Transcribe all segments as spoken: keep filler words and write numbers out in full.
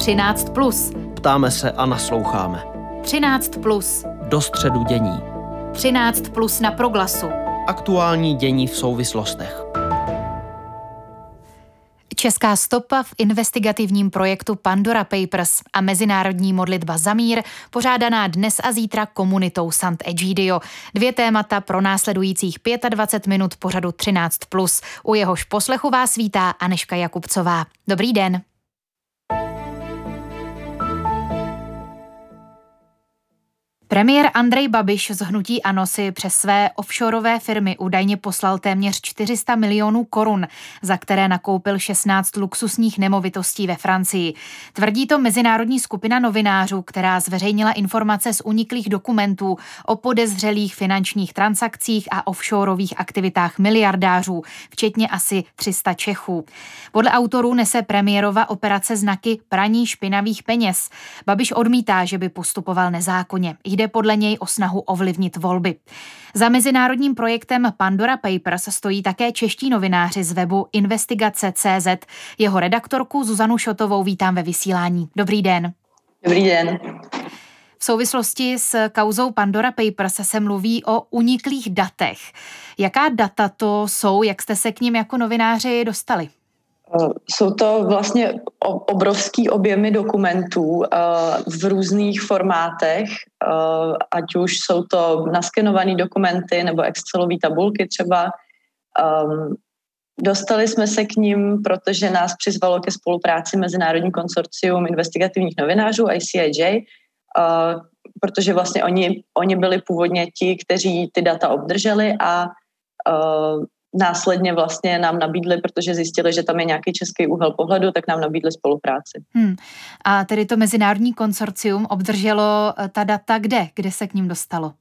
třináct plus. Ptáme se a nasloucháme. třináct plus. Do středu dění. třináct plus na Proglasu. Aktuální dění v souvislostech. Česká stopa v investigativním projektu Pandora Papers a mezinárodní modlitba za mír, pořádaná dnes a zítra komunitou Sant'Egidio. Dvě témata pro následujících dvacet pět minut pořadu třináct plus. U jehož poslechu vás vítá Anežka Jakubcová. Dobrý den. Premiér Andrej Babiš z hnutí ANO si přes své offshoreové firmy údajně poslal téměř čtyři sta milionů korun, za které nakoupil šestnáct luxusních nemovitostí ve Francii. Tvrdí to mezinárodní skupina novinářů, která zveřejnila informace z uniklých dokumentů o podezřelých finančních transakcích a offshoreových aktivitách miliardářů, včetně asi tři sta Čechů. Podle autorů nese premiérova operace znaky praní špinavých peněz. Babiš odmítá, že by postupoval nezákonně. Jde podle něj o snahu ovlivnit volby. Za mezinárodním projektem Pandora Papers stojí také čeští novináři z webu Investigace tečka cé zet. Jeho redaktorku Zuzanu Šotovou vítám ve vysílání. Dobrý den. Dobrý den. V souvislosti s kauzou Pandora Papers se mluví o uniklých datech. Jaká data to jsou, jak jste se k nim jako novináři dostali? Jsou to vlastně obrovský objemy dokumentů v různých formátech, ať už jsou to naskenované dokumenty nebo excelové tabulky třeba. Dostali jsme se k nim, protože nás přizvalo ke spolupráci Mezinárodní konsorcium investigativních novinářů I C I J, protože vlastně oni, oni byli původně ti, kteří ty data obdrželi a následně vlastně nám nabídli, protože zjistili, že tam je nějaký český úhel pohledu, tak nám nabídli spolupráci. Hmm. A tedy to mezinárodní konsorcium obdrželo ta data kde? Kde se k ním dostalo?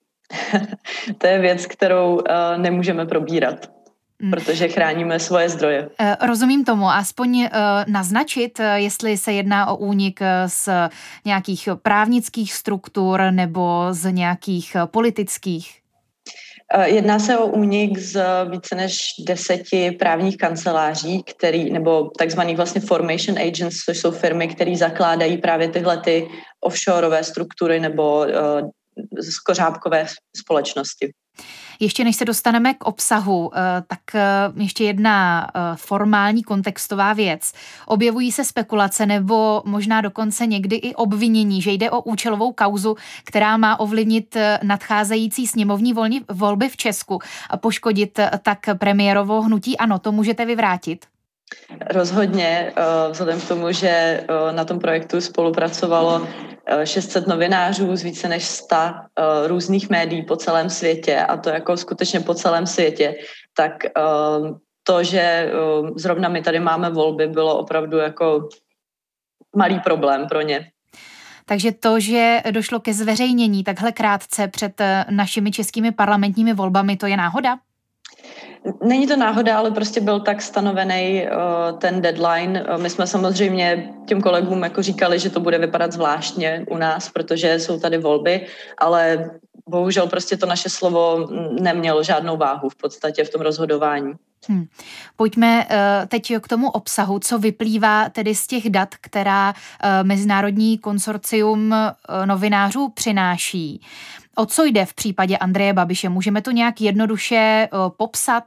To je věc, kterou uh, nemůžeme probírat, hmm. protože chráníme svoje zdroje. Rozumím tomu. Aspoň uh, naznačit, jestli se jedná o únik z nějakých právnických struktur nebo z nějakých politických. Jedná se o únik z více než deseti právních kanceláří, který, nebo takzvaných vlastně formation agents, což jsou firmy, které zakládají právě tyhle ty offshoreové struktury nebo uh, skořápkové společnosti. Ještě než se dostaneme k obsahu, tak ještě jedna formální kontextová věc. Objevují se spekulace nebo možná dokonce někdy i obvinění, že jde o účelovou kauzu, která má ovlivnit nadcházející sněmovní volby v Česku a poškodit tak premiérovo hnutí ANO. To můžete vyvrátit? Rozhodně, vzhledem k tomu, že na tom projektu spolupracovalo šest set novinářů z více než sta různých médií po celém světě, a to jako skutečně po celém světě, tak to, že zrovna my tady máme volby, bylo opravdu jako malý problém pro ně. Takže to, že došlo ke zveřejnění takhle krátce před našimi českými parlamentními volbami, to je náhoda? Není to náhoda, ale prostě byl tak stanovený uh, ten deadline. My jsme samozřejmě těm kolegům jako říkali, že to bude vypadat zvláštně u nás, protože jsou tady volby, ale bohužel prostě to naše slovo nemělo žádnou váhu v podstatě v tom rozhodování. Hmm. Pojďme uh, teď k tomu obsahu, co vyplývá tedy z těch dat, která uh, Mezinárodní konsorcium uh, novinářů přináší. O co jde v případě Andreje Babiše? Můžeme to nějak jednoduše uh, popsat?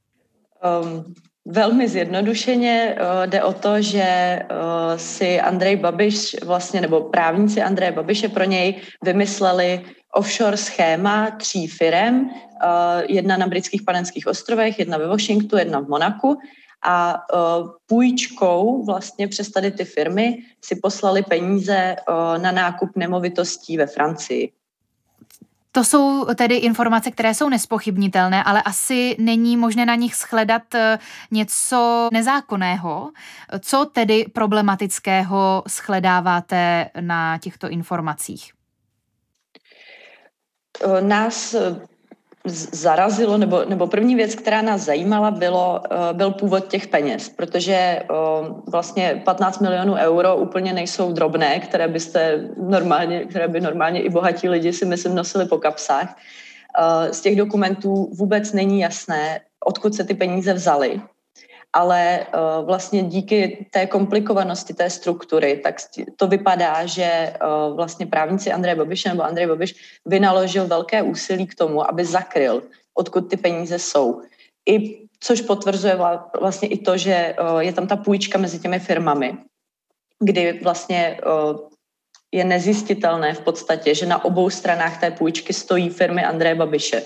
Um, velmi zjednodušeně uh, jde o to, že uh, si Andrej Babiš vlastně, nebo právníci Andreje Babiše pro něj vymysleli offshore schéma tří firem, uh, jedna na Britských Panenských ostrovech, jedna ve Washingtonu, jedna v Monaku, a uh, půjčkou vlastně přes tady ty firmy si poslali peníze uh, na nákup nemovitostí ve Francii. To jsou tedy informace, které jsou nespochybnitelné, ale asi není možné na nich shledat něco nezákonného. Co tedy problematického shledáváte na těchto informacích? Nás zarazilo, nebo, nebo první věc, která nás zajímala, bylo, byl původ těch peněz, protože vlastně patnáct milionů euro úplně nejsou drobné, které byste normálně, které by normálně i bohatí lidi si myslím nosili po kapsách. Z těch dokumentů vůbec není jasné, odkud se ty peníze vzaly. ale uh, vlastně díky té komplikovanosti té struktury, tak to vypadá, že uh, vlastně právníci Andreje Babiše nebo Andrej Babiš vynaložil velké úsilí k tomu, aby zakryl, odkud ty peníze jsou. I, což potvrzuje vlastně i to, že uh, je tam ta půjčka mezi těmi firmami, kdy vlastně uh, je nezjistitelné v podstatě, že na obou stranách té půjčky stojí firmy Andreje Babiše.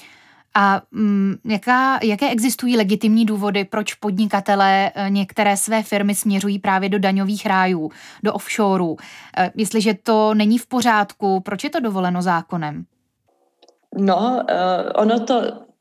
A m, jaká, jaké existují legitimní důvody, proč podnikatelé některé své firmy směřují právě do daňových rájů, do offshorů? E, jestliže to není v pořádku, proč je to dovoleno zákonem? No, uh, ono to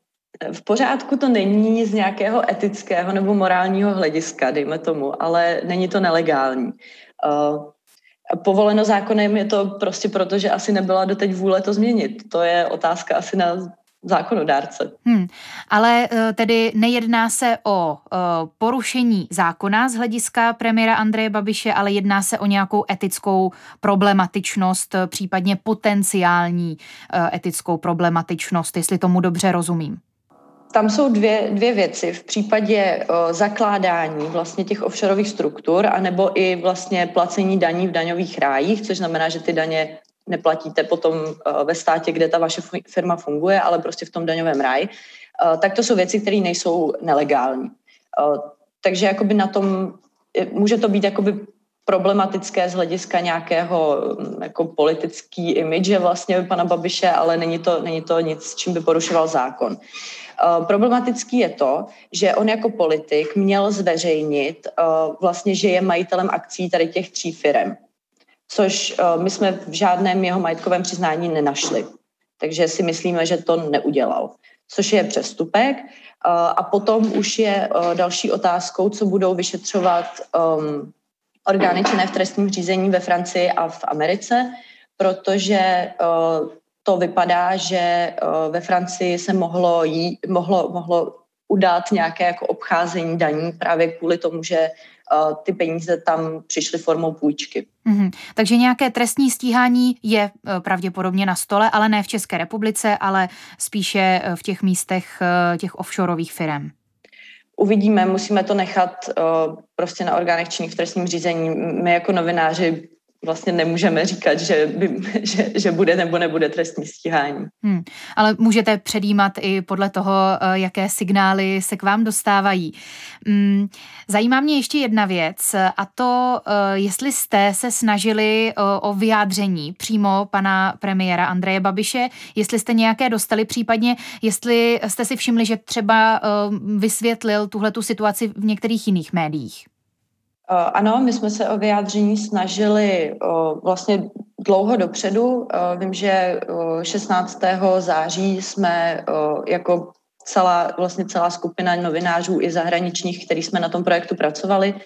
v pořádku to není z nějakého etického nebo morálního hlediska, dejme tomu, ale není to nelegální. Uh, povoleno zákonem je to prostě proto, že asi nebyla doteď vůle to změnit. To je otázka asi na zákonodárce. Hmm, ale tedy nejedná se o uh, porušení zákona z hlediska premiéra Andreje Babiše, ale jedná se o nějakou etickou problematičnost, případně potenciální uh, etickou problematičnost, jestli tomu dobře rozumím. Tam jsou dvě, dvě věci. V případě o, zakládání vlastně těch offshoreových struktur anebo i vlastně placení daní v daňových rájích, což znamená, že ty daně neplatíte potom o, ve státě, kde ta vaše firma funguje, ale prostě v tom daňovém ráji, o, tak to jsou věci, které nejsou nelegální. O, takže jakoby na tom může to být jakoby problematické z hlediska nějakého jako politický image vlastně pana Babiše, ale není to, není to nic, čím by porušoval zákon. Uh, problematický je to, že on jako politik měl zveřejnit uh, vlastně, že je majitelem akcí tady těch tří firem, což uh, my jsme v žádném jeho majetkovém přiznání nenašli. Takže si myslíme, že to neudělal, což je přestupek. Uh, a potom už je uh, další otázkou, co budou vyšetřovat um, orgány činné v trestním řízení ve Francii a v Americe, protože uh, to vypadá, že uh, ve Francii se mohlo, jí, mohlo, mohlo udát nějaké jako obcházení daní právě kvůli tomu, že uh, ty peníze tam přišly formou půjčky. Mm-hmm. Takže nějaké trestní stíhání je uh, pravděpodobně na stole, ale ne v České republice, ale spíše v těch místech uh, těch offshoreových firem. Uvidíme, musíme to nechat uh, prostě na orgánech činných v trestním řízení. My jako novináři vlastně nemůžeme říkat, že, by, že, že bude nebo nebude trestní stíhání. Hmm, ale můžete předjímat i podle toho, jaké signály se k vám dostávají. Hmm, zajímá mě ještě jedna věc, a to, jestli jste se snažili o vyjádření přímo pana premiéra Andreje Babiše, jestli jste nějaké dostali, případně jestli jste si všimli, že třeba vysvětlil tuhletu situaci v některých jiných médiích. Ano, my jsme se o vyjádření snažili vlastně dlouho dopředu. Vím, že šestnáctého září jsme jako celá, vlastně celá skupina novinářů i zahraničních, kteří jsme na tom projektu pracovali,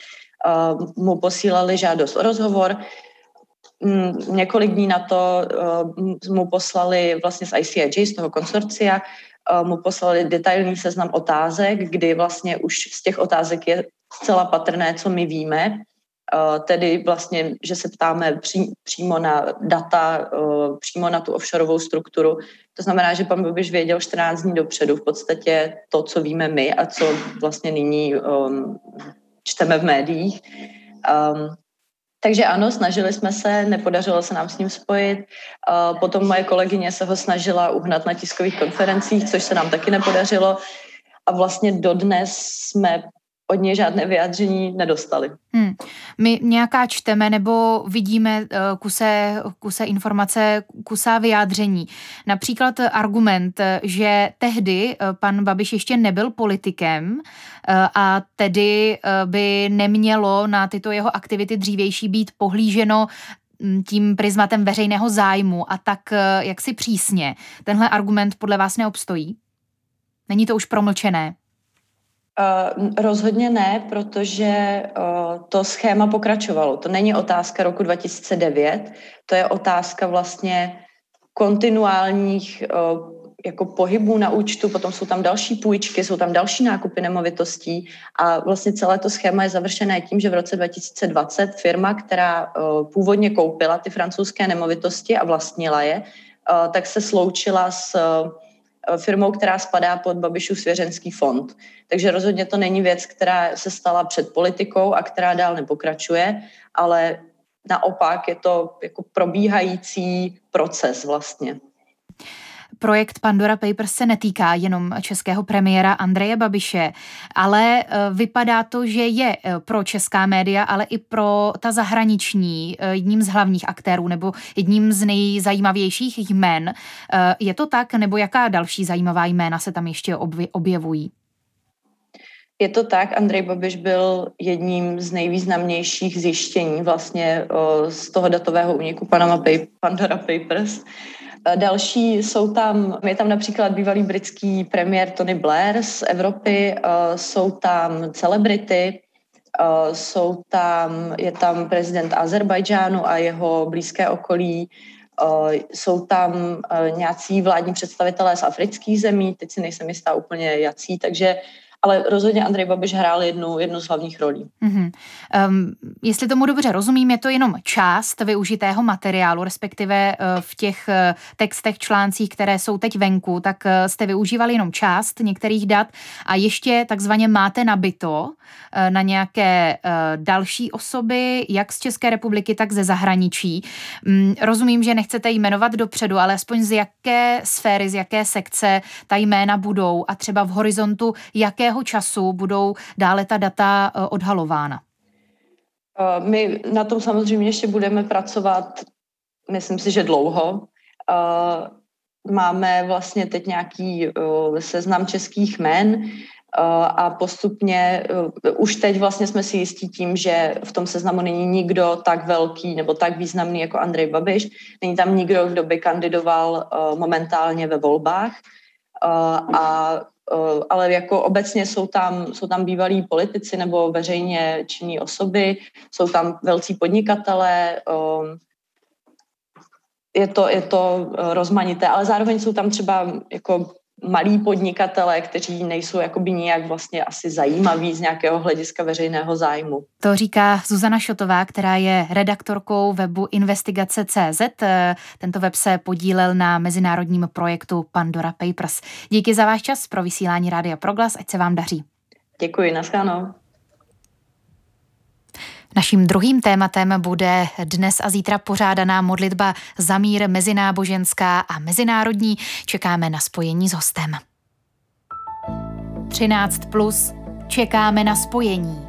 mu posílali žádost o rozhovor. Několik dní na to mu poslali vlastně z I C I J, z toho konsorcia, mu poslali detailní seznam otázek, kdy vlastně už z těch otázek je zcela patrné, co my víme, tedy vlastně, že se ptáme pří, přímo na data, přímo na tu offshoreovou strukturu. To znamená, že pan Babiš věděl čtrnáct dní dopředu v podstatě to, co víme my a co vlastně nyní um, čteme v médiích. Um, Takže ano, snažili jsme se, nepodařilo se nám s ním spojit. Potom moje kolegyně se ho snažila uhnat na tiskových konferencích, což se nám taky nepodařilo. A vlastně dodnes jsme od něj žádné vyjádření nedostali. Hmm. My nějaká čteme nebo vidíme kuse, kuse informace, kusá vyjádření. Například argument, že tehdy pan Babiš ještě nebyl politikem a tedy by nemělo na tyto jeho aktivity dřívější být pohlíženo tím prismatem veřejného zájmu a tak jaksi přísně. Tenhle argument podle vás neobstojí? Není to už promlčené? Uh, rozhodně ne, protože uh, to schéma pokračovalo. To není otázka roku dva tisíce devět, to je otázka vlastně kontinuálních uh, jako pohybů na účtu, potom jsou tam další půjčky, jsou tam další nákupy nemovitostí a vlastně celé to schéma je završené tím, že v roce dva tisíce dvacet firma, která uh, původně koupila ty francouzské nemovitosti a vlastnila je, uh, tak se sloučila s uh, firmou, která spadá pod Babišův svěřenský fond. Takže rozhodně to není věc, která se stala před politikou a která dál nepokračuje, ale naopak je to jako probíhající proces vlastně. Projekt Pandora Papers se netýká jenom českého premiéra Andreje Babiše, ale vypadá to, že je pro česká média, ale i pro ta zahraniční jedním z hlavních aktérů nebo jedním z nejzajímavějších jmen. Je to tak, nebo jaká další zajímavá jména se tam ještě objevují? Je to tak, Andrej Babiš byl jedním z nejvýznamnějších zjištění vlastně z toho datového úniku Panama Pandora Papers. Další jsou tam, je tam například bývalý britský premiér Tony Blair z Evropy, jsou tam celebrity, jsou tam, je tam prezident Azerbajdžánu a jeho blízké okolí, jsou tam nějací vládní představitelé z afrických zemí, teď si nejsem jistá úplně jací, takže ale rozhodně Andrej Babiš hrál jednu, jednu z hlavních rolí. Mm-hmm. Um, jestli tomu dobře rozumím, je to jenom část využitého materiálu, respektive uh, v těch uh, textech, článcích, které jsou teď venku, tak uh, jste využívali jenom část některých dat a ještě takzvaně máte nabito uh, na nějaké uh, další osoby, jak z České republiky, tak ze zahraničí. Um, rozumím, že nechcete jmenovat dopředu, ale aspoň z jaké sféry, z jaké sekce ta jména budou a třeba v horizontu jaké času budou dále ta data odhalována? My na tom samozřejmě ještě budeme pracovat, myslím si, že dlouho. Máme vlastně teď nějaký seznam českých jmen a postupně už teď vlastně jsme si jistí tím, že v tom seznamu není nikdo tak velký nebo tak významný jako Andrej Babiš. Není tam nikdo, kdo by kandidoval momentálně ve volbách a ale jako obecně jsou tam, jsou tam bývalí politici nebo veřejně činní osoby, jsou tam velcí podnikatelé, je to, je to rozmanité, ale zároveň jsou tam třeba jako malí podnikatelé, kteří nejsou jakoby nijak vlastně asi zajímaví z nějakého hlediska veřejného zájmu. To říká Zuzana Šotová, která je redaktorkou webu investigace tečka cé zet. Tento web se podílel na mezinárodním projektu Pandora Papers. Díky za váš čas pro vysílání Rádia Proglas, ať se vám daří. Děkuji, naschledanou. Naším druhým tématem bude dnes a zítra pořádaná modlitba za mír mezináboženská a mezinárodní. Čekáme na spojení s hostem. třináct plus. Čekáme na spojení.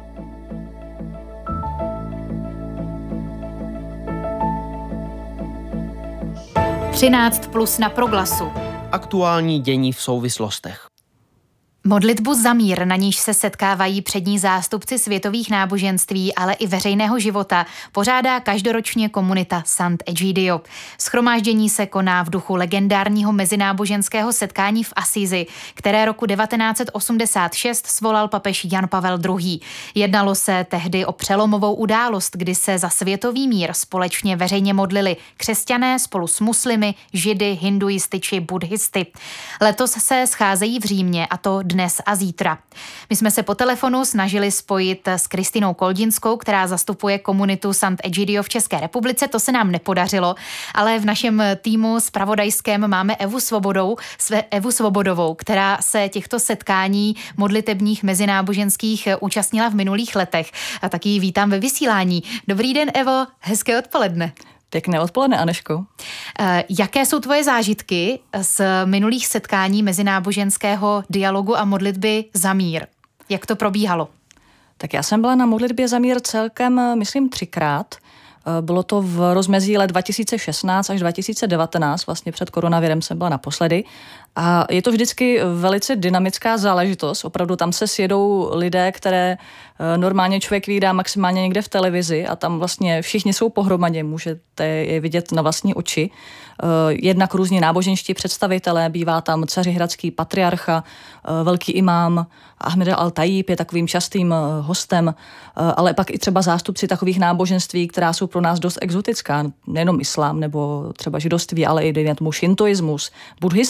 třináct plus na Proglasu. Aktuální dění v souvislostech. Modlitbu za mír, na níž se setkávají přední zástupci světových náboženství, ale i veřejného života, pořádá každoročně komunita Sant'Egidio. Shromáždění se koná v duchu legendárního mezináboženského setkání v Asízi, které roku devatenáct set osmdesát šest svolal papež Jan Pavel druhý. Jednalo se tehdy o přelomovou událost, kdy se za světový mír společně veřejně modlili křesťané spolu s muslimy, židy, hinduisty či buddhisty. Letos se scházejí v Římě, a to dnes a zítra. My jsme se po telefonu snažili spojit s Kristinou Koldinskou, která zastupuje komunitu Sant'Egidio v České republice. To se nám nepodařilo, ale v našem týmu zpravodajském máme Evu Svobodou, své Evu Svobodovou, která se těchto setkání modlitebních mezináboženských účastnila v minulých letech. A taky ji vítám ve vysílání. Dobrý den, Evo, hezké odpoledne. Pěkné odpoledne, Aneško. Jaké jsou tvoje zážitky z minulých setkání mezináboženského dialogu a modlitby za mír? Jak to probíhalo? Tak já jsem byla na modlitbě za mír celkem, myslím, třikrát. Bylo to v rozmezí let dva tisíce šestnáct až dva tisíce devatenáct, vlastně před koronavirem jsem byla naposledy. A je to vždycky velice dynamická záležitost. Opravdu tam se sjedou lidé, které normálně člověk vídá maximálně někde v televizi a tam vlastně všichni jsou pohromadě, můžete je vidět na vlastní oči. Jednak různí náboženští představitelé, bývá tam Cařihradský patriarcha, velký imám Ahmed al-Tajib je takovým častým hostem, ale pak i třeba zástupci takových náboženství, která jsou pro nás dost exotická, nejenom islám nebo třeba židovství, ale i dejme tomu šintoismus, buddhisté.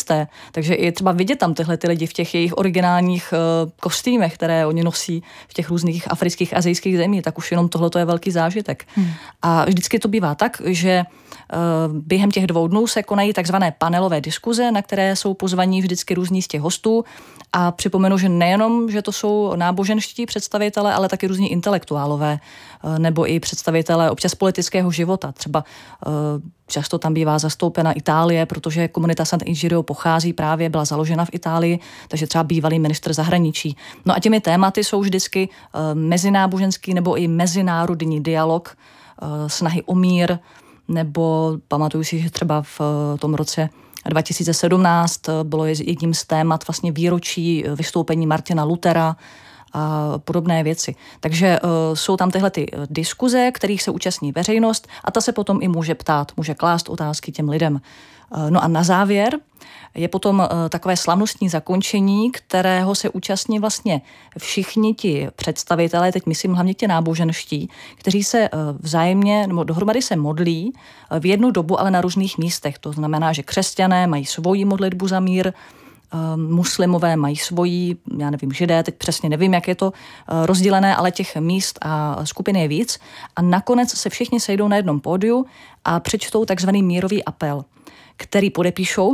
Takže je třeba vidět tam tyhle ty lidi v těch jejich originálních uh, kostýmech, které oni nosí v těch různých afrických, asijských zemích, tak už jenom tohle je velký zážitek. Hmm. A vždycky to bývá tak, že uh, během těch dvou dnů se konají takzvané panelové diskuze, na které jsou pozvaní vždycky různí z těch hostů. A připomenu, že nejenom, že to jsou náboženští představitelé, ale taky různí intelektuálové nebo i představitelé občas politického života. Třeba často tam bývá zastoupena Itálie, protože komunita Sant'Egidio pochází právě, byla založena v Itálii, takže třeba bývalý ministr zahraničí. No a těmi tématy jsou vždycky mezináboženský nebo i mezinárodní dialog, snahy o mír, nebo pamatuju si, že třeba v tom roce dva tisíce sedmnáct bylo jedním z témat vlastně výročí vystoupení Martina Luthera a podobné věci. Takže uh, jsou tam tyhle ty diskuze, kterých se účastní veřejnost a ta se potom i může ptát, může klást otázky těm lidem. Uh, no a na závěr je potom uh, takové slavnostní zakončení, kterého se účastní vlastně všichni ti představitelé, teď myslím hlavně ti náboženští, kteří se uh, vzájemně nebo dohromady se modlí uh, v jednu dobu, ale na různých místech. To znamená, že křesťané mají svoji modlitbu za mír, muslimové mají svoji, já nevím, židé, teď přesně nevím, jak je to rozdělené, ale těch míst a skupin je víc. A nakonec se všichni sejdou na jednom pódiu a přečtou takzvaný mírový apel, který podepíšou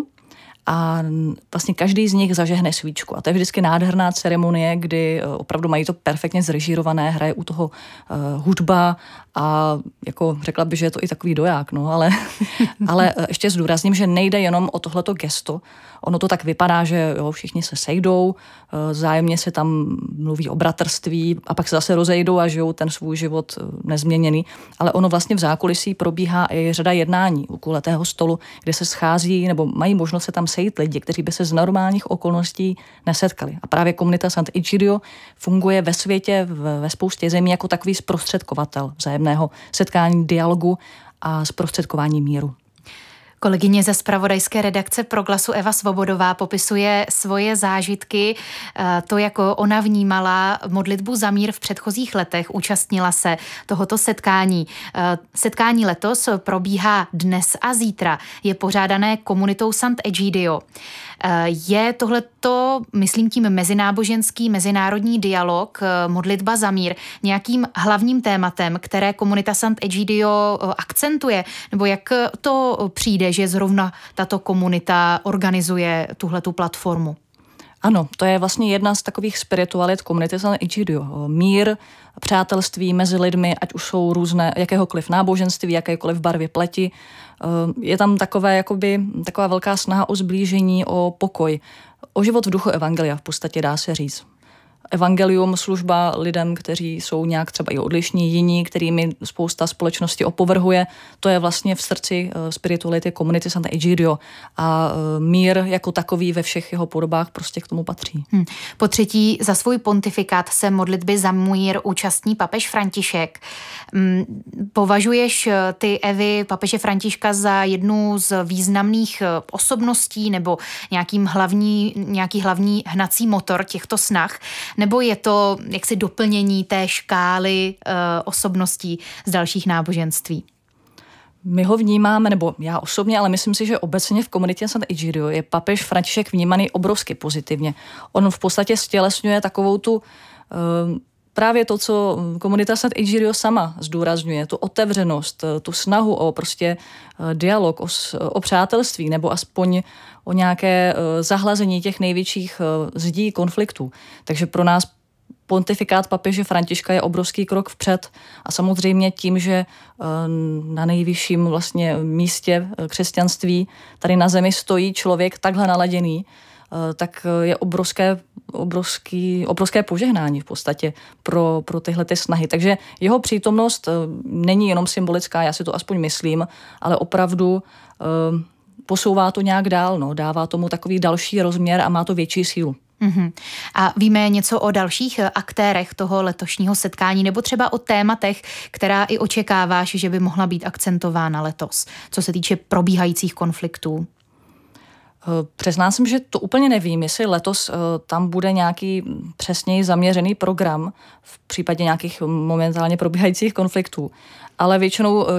a vlastně každý z nich zažehne svíčku. A to je vždycky nádherná ceremonie, kdy opravdu mají to perfektně zrežírované, hraje u toho uh, hudba a jako řekla by, že je to i takový doják, no, ale, ale ještě zdůrazním, že nejde jenom o tohleto gesto. Ono to tak vypadá, že jo, všichni se sejdou, vzájemně se tam mluví o bratrství a pak se zase rozejdou a žijou ten svůj život nezměněný. Ale ono vlastně v zákulisí probíhá i řada jednání u kulatého stolu, kde se schází nebo mají možnost se tam sejít lidi, kteří by se z normálních okolností nesetkali. A právě komunita Sant'Egidio funguje ve světě, ve spoustě zemí jako takový zprostředkovatel vzájemného setkání, dialogu a zprostředkování míru. Kolegyně ze zpravodajské redakce Proglasu Eva Svobodová popisuje svoje zážitky, to, jako ona vnímala modlitbu za mír v předchozích letech, účastnila se tohoto setkání. Setkání letos probíhá dnes a zítra, je pořádané komunitou Sant'Egidio. Je tohleto, myslím tím mezináboženský, mezinárodní dialog, modlitba za mír, nějakým hlavním tématem, které komunita Sant'Egidio akcentuje? Nebo jak to přijde, že zrovna tato komunita organizuje tuhletu platformu? Ano, to je vlastně jedna z takových spiritualit komunity Sant'Egidio. Mír, přátelství mezi lidmi, ať už jsou různé, jakéhokoliv náboženství, jakékoliv barvy pleti. Je tam takové, jakoby, taková velká snaha o zblížení, o pokoj, o život v duchu evangelia, v podstatě dá se říct. Evangelium, služba lidem, kteří jsou nějak třeba i odlišní, jiní, kterými spousta společnosti opovrhuje. To je vlastně v srdci spirituality komunity Sant'Egidio a mír jako takový ve všech jeho podobách prostě k tomu patří. Hmm. Po třetí za svůj pontifikát se modlitby za mír účastní papež František. Považuješ ty, Evi, papeže Františka za jednu z významných osobností nebo nějakým hlavní, nějaký hlavní hnací motor těchto snah? Nebo je to jaksi doplnění té škály uh, osobností z dalších náboženství? My ho vnímáme, nebo já osobně, ale myslím si, že obecně v komunitě Sant'Egidio je papež František vnímaný obrovsky pozitivně. On v podstatě stělesňuje takovou tu uh, právě to, co komunita Sant'Egidio sama zdůrazňuje, tu otevřenost, tu snahu o prostě dialog, o, o přátelství nebo aspoň o nějaké zahlazení těch největších zdí konfliktů. Takže pro nás pontifikát papeže Františka je obrovský krok vpřed a samozřejmě tím, že na nejvyšším vlastně místě křesťanství tady na zemi stojí člověk takhle naladěný, tak je obrovské, obrovský, obrovské požehnání v podstatě pro, pro tyhle ty snahy. Takže jeho přítomnost není jenom symbolická, já si to aspoň myslím, ale opravdu uh, posouvá to nějak dál, no, dává tomu takový další rozměr a má to větší sílu. Mm-hmm. A víme něco o dalších aktérech toho letošního setkání nebo třeba o tématech, která i očekáváš, že by mohla být akcentována letos, co se týče probíhajících konfliktů? Přiznám jsem, že to úplně nevím, jestli letos tam bude nějaký přesněji zaměřený program v případě nějakých momentálně probíhajících konfliktů. Ale většinou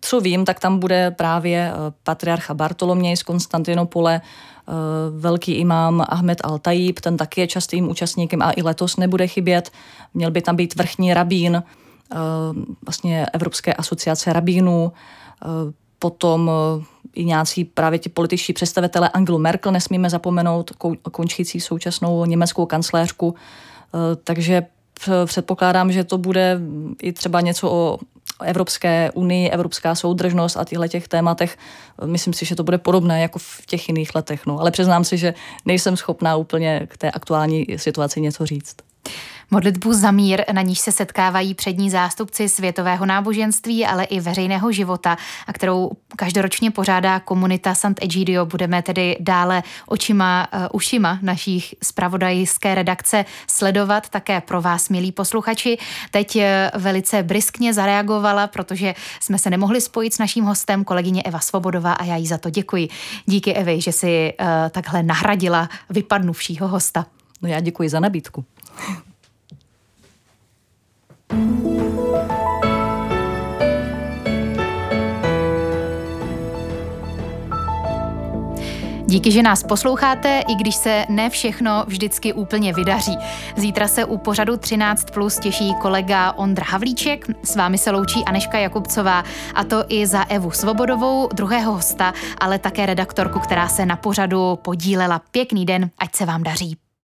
co vím, tak tam bude právě patriarcha Bartoloměj z Konstantinopole, velký imám Ahmed al-Tajib, ten taky je častým účastníkem a i letos nebude chybět. Měl by tam být vrchní rabín, vlastně Evropské asociace rabínů, potom i nějací právě ti političtí představitelé. Angelu Merkel nesmíme zapomenout, končící současnou německou kancléřku, takže předpokládám, že to bude i třeba něco o Evropské unii, evropská soudržnost a těchto těch tématech. Myslím si, že to bude podobné jako v těch jiných letech. No. Ale přiznám si, že nejsem schopná úplně k té aktuální situaci něco říct. Modlitbu za mír, na níž se setkávají přední zástupci světového náboženství, ale i veřejného života, a kterou každoročně pořádá komunita Sant'Egidio, budeme tedy dále očima, uh, ušima našich zpravodajské redakce sledovat také pro vás, milí posluchači. Teď uh, velice briskně zareagovala, protože jsme se nemohli spojit s naším hostem, kolegyně Eva Svobodová, a já jí za to děkuji. Díky, Evi, že si uh, takhle nahradila vypadnuvšího hosta. No já děkuji za nabídku. Díky, že nás posloucháte, i když se ne všechno vždycky úplně vydaří. Zítra se u pořadu třináct plus těší kolega Ondra Havlíček, s vámi se loučí Anežka Jakubcová, a to i za Evu Svobodovou, druhého hosta, ale také redaktorku, která se na pořadu podílela. Pěkný den, ať se vám daří.